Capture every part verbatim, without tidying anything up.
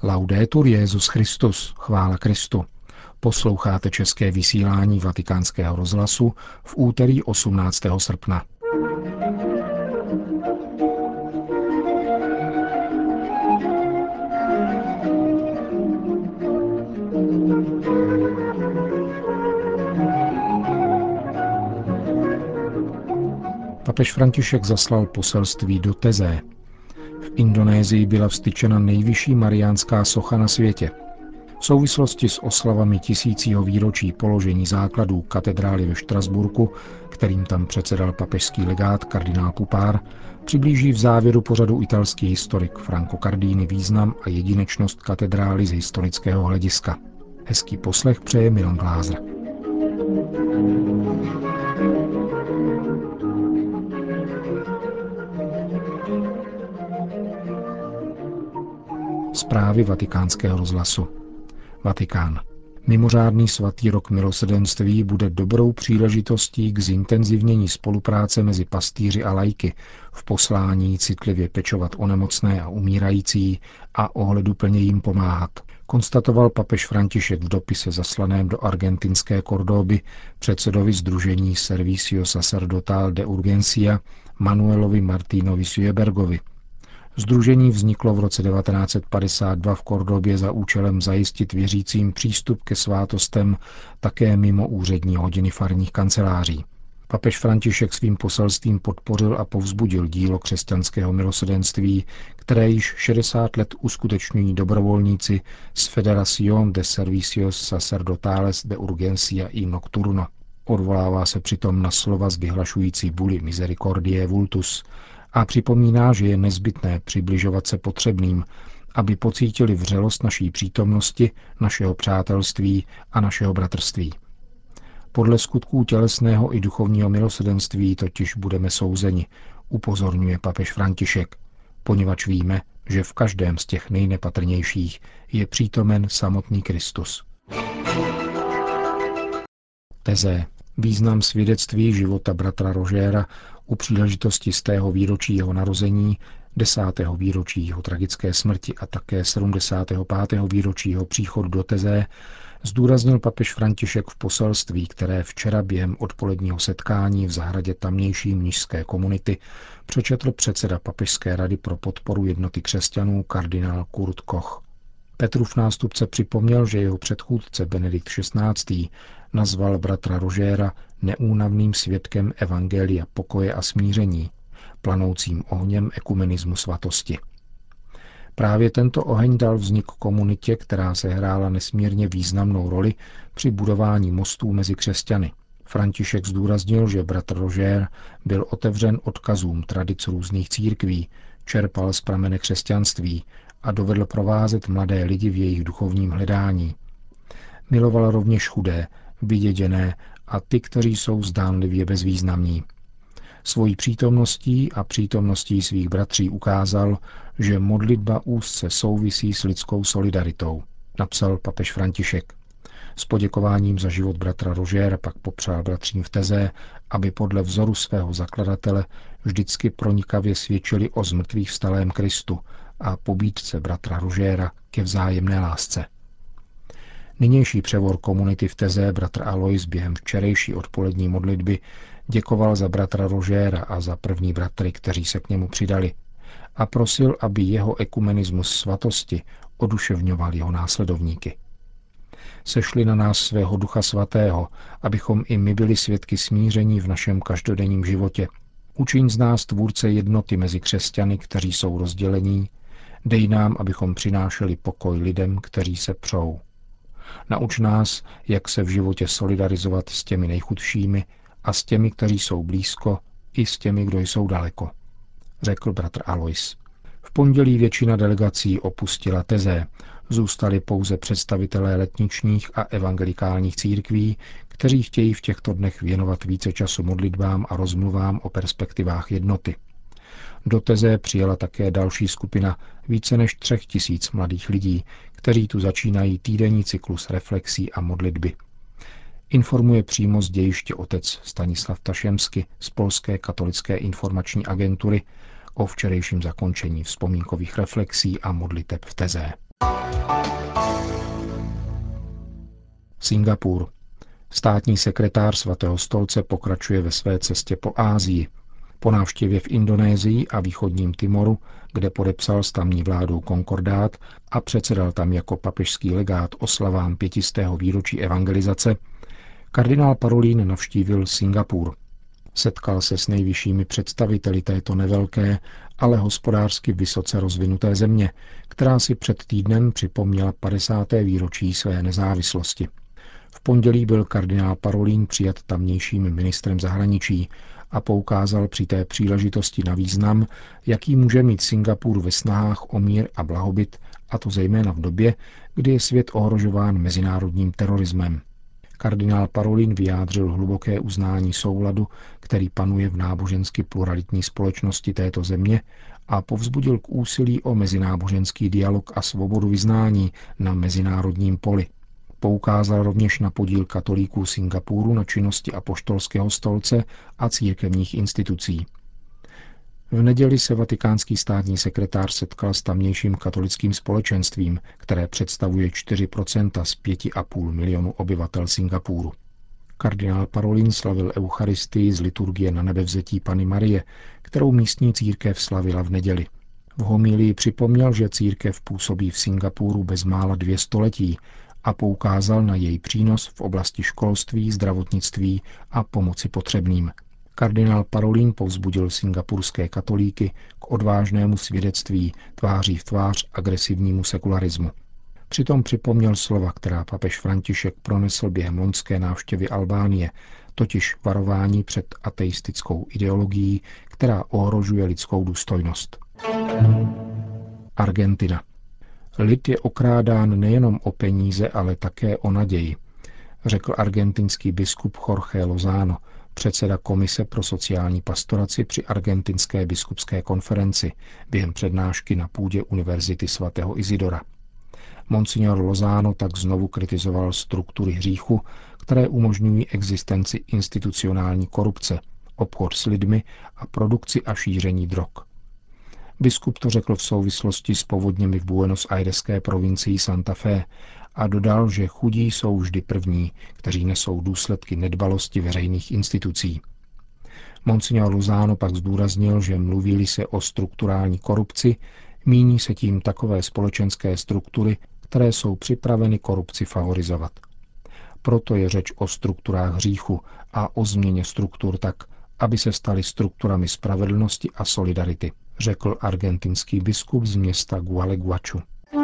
Laudetur Jesus Christus, chvála Kristu. Posloucháte české vysílání Vatikánského rozhlasu v úterý osmnáctého srpna. Papež František zaslal poselství do Tezé. V Indonésii byla vztyčena nejvyšší mariánská socha na světě. V souvislosti s oslavami tisícího výročí položení základů katedrály ve Štrasburku, kterým tam předsedal papežský legát kardinál Pupár, přiblíží v závěru pořadu italský historik Franco Cardini význam a jedinečnost katedrály z historického hlediska. Hezký poslech přeje Milan Glázer. Zprávy Vatikánského rozhlasu. Vatikán. Mimořádný svatý rok milosrdenství bude dobrou příležitostí k zintenzivnění spolupráce mezi pastýři a laiky v poslání citlivě pečovat o nemocné a umírající a ohleduplně jim pomáhat, konstatoval papež František v dopise zaslaném do argentinské Cordoby předsedovi sdružení Servicio Sacerdotal de Urgencia Manuelovi Martinovi Suebergovi. Sdružení vzniklo v roce devatenáct set padesát dva v Cordobě za účelem zajistit věřícím přístup ke svátostem také mimo úřední hodiny farních kanceláří. Papež František svým poselstvím podpořil a povzbudil dílo křesťanského milosrdenství, které již šedesát let uskutečňují dobrovolníci z Federación de Servicios Sacerdotales de Urgencia y Nocturno. Odvolává se přitom na slova zvyhlašující vůli Misericordiae Vultus a připomíná, že je nezbytné přibližovat se potřebným, aby pocítili vřelost naší přítomnosti, našeho přátelství a našeho bratrství. Podle skutků tělesného i duchovního milosrdenství totiž budeme souzeni, upozorňuje papež František, poněvadž víme, že v každém z těch nejnepatrnějších je přítomen samotný Kristus. Tezé. Význam svědectví života bratra Rogera u příležitosti stého výročí jeho narození, desátého výročí jeho tragické smrti a také sedmdesátého pátého výročí jeho příchodu do Tezé zdůraznil papež František v poselství, které včera během odpoledního setkání v zahradě tamnější mnišské komunity přečetl předseda Papežské rady pro podporu jednoty křesťanů kardinál Kurt Koch. Petrův nástupce připomněl, že jeho předchůdce Benedikt šestnáctý nazval bratra Rogera neúnavným svědkem evangelia pokoje a smíření, planoucím ohněm ekumenismu svatosti. Právě tento oheň dal vznik komunitě, která sehrála nesmírně významnou roli při budování mostů mezi křesťany. František zdůraznil, že bratr Roger byl otevřen odkazům tradic různých církví, čerpal z pramene křesťanství a dovedl provázet mladé lidi v jejich duchovním hledání. Miloval rovněž chudé, vyděděné a ty, kteří jsou zdánlivě bezvýznamní. Svojí přítomností a přítomností svých bratří ukázal, že modlitba úzce souvisí s lidskou solidaritou, napsal papež František. S poděkováním za život bratra Rogera pak popřál bratřím v Tezé, aby podle vzoru svého zakladatele vždycky pronikavě svědčili o zmrtvých vstalém Kristu a pobídce bratra Rogera ke vzájemné lásce. Nynější převor komunity v Tezé bratr Alois během včerejší odpolední modlitby děkoval za bratra Rogera a za první bratry, kteří se k němu přidali, a prosil, aby jeho ekumenismus svatosti oduševňoval jeho následovníky. Sešli na nás svého Ducha Svatého, abychom i my byli svědky smíření v našem každodenním životě. Učiň z nás tvůrce jednoty mezi křesťany, kteří jsou rozdělení, dej nám, abychom přinášeli pokoj lidem, kteří se přou. Nauč nás, jak se v životě solidarizovat s těmi nejchudšími a s těmi, kteří jsou blízko, i s těmi, kdo jsou daleko, řekl bratr Alois. V pondělí většina delegací opustila Tezé, zůstali pouze představitelé letničních a evangelikálních církví, kteří chtějí v těchto dnech věnovat více času modlitbám a rozmluvám o perspektivách jednoty. Do Tezé přijela také další skupina více než třech tisíc mladých lidí, kteří tu začínají týdenní cyklus reflexí a modlitby. Informuje přímo z dějiště otec Stanislav Tašemsky z Polské katolické informační agentury o včerejším zakončení vzpomínkových reflexí a modliteb v Tezé. Singapur. Státní sekretář Svatého stolce pokračuje ve své cestě po Asii. Po návštěvě v Indonésii a východním Timoru, kde podepsal s tamní vládou konkordát a předsedal tam jako papežský legát oslavám pětistého výročí evangelizace, kardinál Parolin navštívil Singapur. Setkal se s nejvyššími představiteli této nevelké, ale hospodářsky vysoce rozvinuté země, která si před týdnem připomněla padesáté výročí své nezávislosti. V pondělí byl kardinál Parolin přijat tamnějším ministrem zahraničí a poukázal při té příležitosti na význam, jaký může mít Singapur ve snahách o mír a blahobyt, a to zejména v době, kdy je svět ohrožován mezinárodním terorismem. Kardinál Parolin vyjádřil hluboké uznání souladu, který panuje v nábožensky pluralitní společnosti této země, a povzbudil k úsilí o mezináboženský dialog a svobodu vyznání na mezinárodním poli. Poukázal rovněž na podíl katolíků Singapuru na činnosti apoštolského stolce a církevních institucí. V neděli se vatikánský státní sekretář setkal s tamnějším katolickým společenstvím, které představuje čtyři procenta z pěti a půl milionu obyvatel Singapuru. Kardinál Parolin slavil eucharistii z liturgie na nebevzetí Panny Marie, kterou místní církev slavila v neděli. V homílii připomněl, že církev působí v Singapuru bezmála dvě století a poukázal na její přínos v oblasti školství, zdravotnictví a pomoci potřebným. Kardinál Parolin povzbudil singapurské katolíky k odvážnému svědectví tváří v tvář agresivnímu sekularismu. Přitom připomněl slova, která papež František pronesl během loňské návštěvy Albánie, totiž varování před ateistickou ideologií, která ohrožuje lidskou důstojnost. Argentina. Lid je okrádán nejenom o peníze, ale také o naději, řekl argentinský biskup Jorge Lozano, předseda Komise pro sociální pastoraci při argentinské biskupské konferenci během přednášky na půdě Univerzity svatého Isidora. Monsignor Lozano tak znovu kritizoval struktury hříchu, které umožňují existenci institucionální korupce, obchod s lidmi a produkci a šíření drog. Biskup to řekl v souvislosti s povodněmi v Buenos Aireské provincii Santa Fe a dodal, že chudí jsou vždy první, kteří nesou důsledky nedbalosti veřejných institucí. Monsignor Lozano pak zdůraznil, že mluví-li se o strukturální korupci, míní se tím takové společenské struktury, které jsou připraveny korupci favorizovat. Proto je řeč o strukturách hříchu a o změně struktur tak, aby se staly strukturami spravedlnosti a solidarity, řekl argentinský biskup z města Gualeguaychú.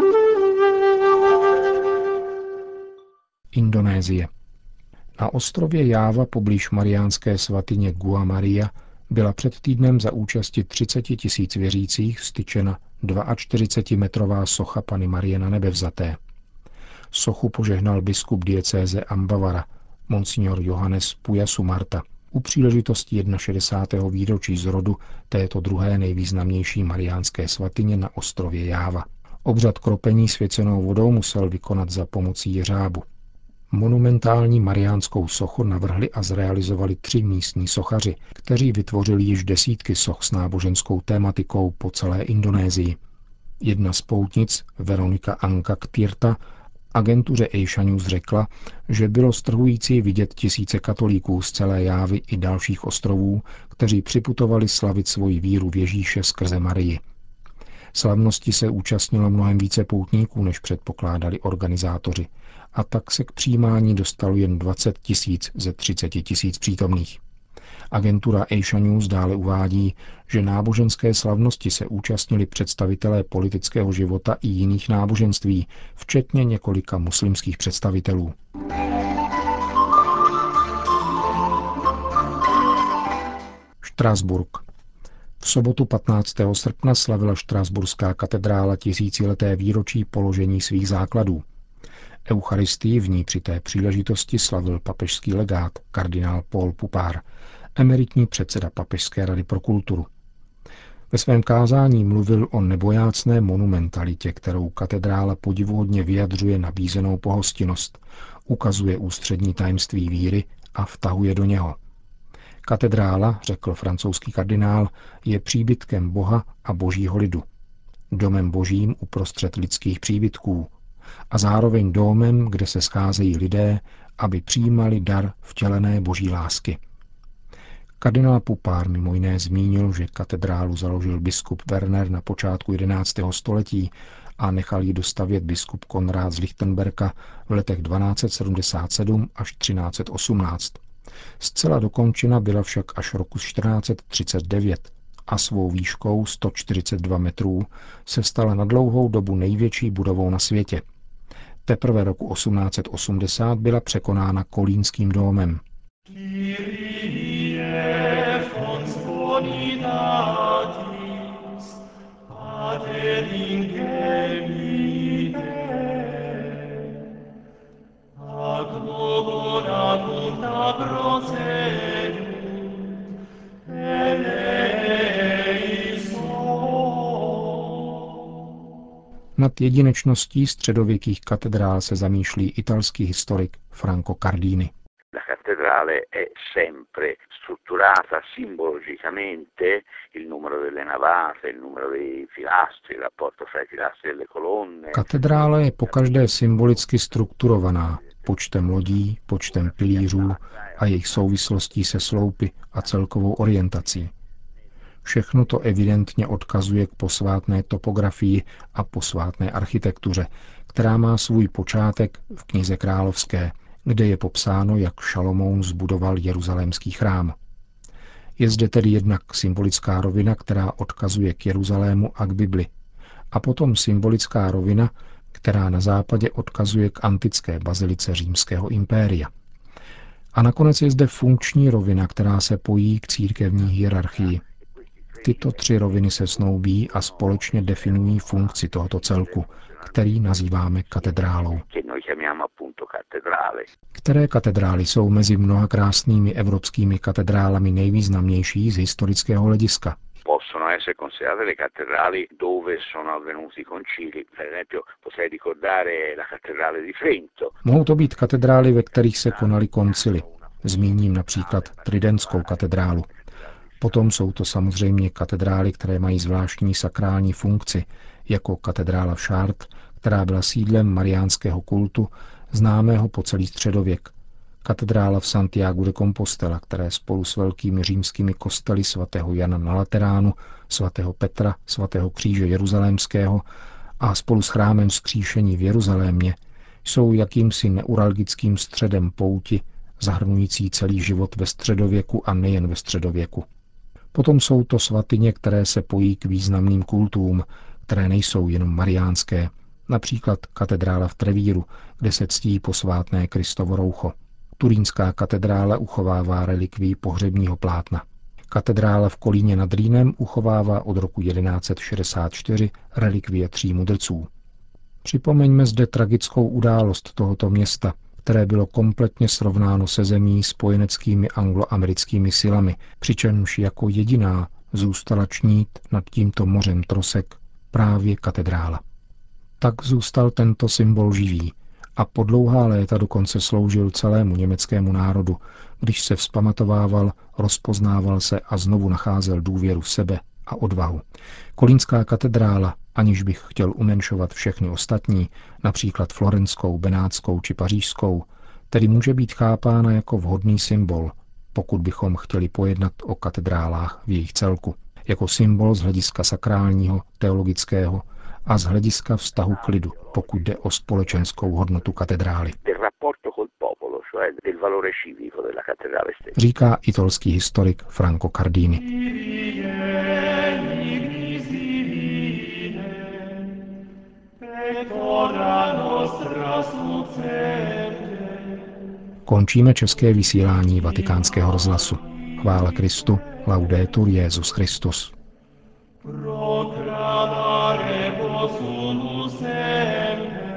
Indonésie. Na ostrově Jáva poblíž mariánské svatyně Gua Maria byla před týdnem za účasti třicet tisíc věřících vztyčena čtyřicetimetrová socha Panny Marie na nebevzaté. Sochu požehnal biskup diecéze Ambawara, monsignor Johannes Pujasumarta, u příležitosti šedesátého prvního výročí zrodu této druhé nejvýznamnější mariánské svatyně na ostrově Jáva. Obřad kropení svěcenou vodou musel vykonat za pomocí jeřábu. Monumentální mariánskou sochu navrhli a zrealizovali tři místní sochaři, kteří vytvořili již desítky soch s náboženskou tématikou po celé Indonésii. Jedna z poutnic, Veronika Angkaktirta, agentuře Asia News řekla, že bylo strhující vidět tisíce katolíků z celé Jávy i dalších ostrovů, kteří připutovali slavit svoji víru v Ježíše skrze Marii. Slavnosti se účastnilo mnohem více poutníků, než předpokládali organizátoři, a tak se k přijímání dostalo jen dvacet tisíc ze třicet tisíc přítomných. Agentura Asia News dále uvádí, že náboženské slavnosti se účastnili představitelé politického života i jiných náboženství, včetně několika muslimských představitelů. Štrasburk. V sobotu patnáctého srpna slavila štrasburská katedrála tisícileté výročí položení svých základů. Eucharistii v ní při té příležitosti slavil papežský legát kardinál Paul Pupár, emeritní předseda Papežské rady pro kulturu. Ve svém kázání mluvil o nebojácné monumentalitě, kterou katedrála podivuhodně vyjadřuje nabízenou pohostinnost, ukazuje ústřední tajemství víry a vtahuje do něho. Katedrála, řekl francouzský kardinál, je příbytkem Boha a božího lidu. domem božím uprostřed lidských příbytků a zároveň domem, kde se scházejí lidé, aby přijímali dar vtělené boží lásky. Kardinál Pupár mimo jiné zmínil, že katedrálu založil biskup Werner na počátku jedenáctého století a nechal ji dostavět biskup Konrád z Lichtenberga v letech dvanáct sedmdesát sedm až třináct osmnáct. Zcela dokončena byla však až roku čtrnáct třicet devět a svou výškou sto čtyřicet dva metrů se stala na dlouhou dobu největší budovou na světě. Teprve roku osmnáct osmdesát byla překonána Kolínským domem. Nad jedinečností středověkých katedrál se zamýšlí italský historik Franco Cardini. La cattedrale è sempre strutturata simbologicamente, il numero delle navate, il numero dei pilastri, il rapporto fra i pilastri e le colonne. Katedrála je pokaždé symbolicky strukturovaná počtem lodí, počtem pilířů a jejich souvislostí se sloupy a celkovou orientací. Všechno to evidentně odkazuje k posvátné topografii a posvátné architektuře, která má svůj počátek v knize Královské, kde je popsáno, jak Šalomoun zbudoval jeruzalémský chrám. Je zde tedy jednak symbolická rovina, která odkazuje k Jeruzalému a k Bibli, a potom symbolická rovina, která na západě odkazuje k antické bazilice Římského impéria. A nakonec je zde funkční rovina, která se pojí k církevní hierarchii. Tyto tři roviny se snoubí a společně definují funkci tohoto celku, který nazýváme katedrálou. Které katedrály jsou mezi mnoha krásnými evropskými katedrálami nejvýznamnější z historického hlediska? Possono essere considerate le cattedrali dove sono avvenuti i concili, per esempio potrei ricordare la cattedrale di Trento. Mohou to být katedrály, ve kterých se konaly koncily. Zmíním například Tridentskou katedrálu. Potom jsou to samozřejmě katedrály, které mají zvláštní sakrální funkci, jako katedrála v Chartres, která byla sídlem mariánského kultu, známého po celý středověk. Katedrála v Santiagu de Compostela, které spolu s velkými římskými kostely svatého Jana na Lateránu, svatého Petra, svatého kříže jeruzalémského a spolu s chrámem Vzkříšení v Jeruzalémě jsou jakýmsi neuralgickým středem pouti, zahrnující celý život ve středověku a nejen ve středověku. Potom jsou to svatyně, které se pojí k významným kultům, které nejsou jenom mariánské, například katedrála v Trevíru, kde se ctí posvátné Kristovo roucho. Turínská katedrála uchovává relikvii pohřebního plátna. Katedrála v Kolíně nad Rýnem uchovává od roku jedenáct šedesát čtyři relikvie tří mudrců. Připomeňme zde tragickou událost tohoto města, které bylo kompletně srovnáno se zemí spojeneckými angloamerickými silami, přičemž jako jediná zůstala čnít nad tímto mořem trosek právě katedrála. Tak zůstal tento symbol živý a po dlouhá léta dokonce sloužil celému německému národu, když se vzpamatovával, rozpoznával se a znovu nacházel důvěru v sebe a odvahu. Kolínská katedrála, aniž bych chtěl umenšovat všechny ostatní, například florentskou, benátskou či pařížskou, tedy může být chápána jako vhodný symbol, pokud bychom chtěli pojednat o katedrálách v jejich celku, jako symbol z hlediska sakrálního, teologického a z hlediska vztahu k lidu, pokud jde o společenskou hodnotu katedrály. Říká italský historik Franco Cardini. Končíme české vysílání Vatikánského rozhlasu. Chvála Kristu, laudetur Jesus Christus. Proclamare possumus semper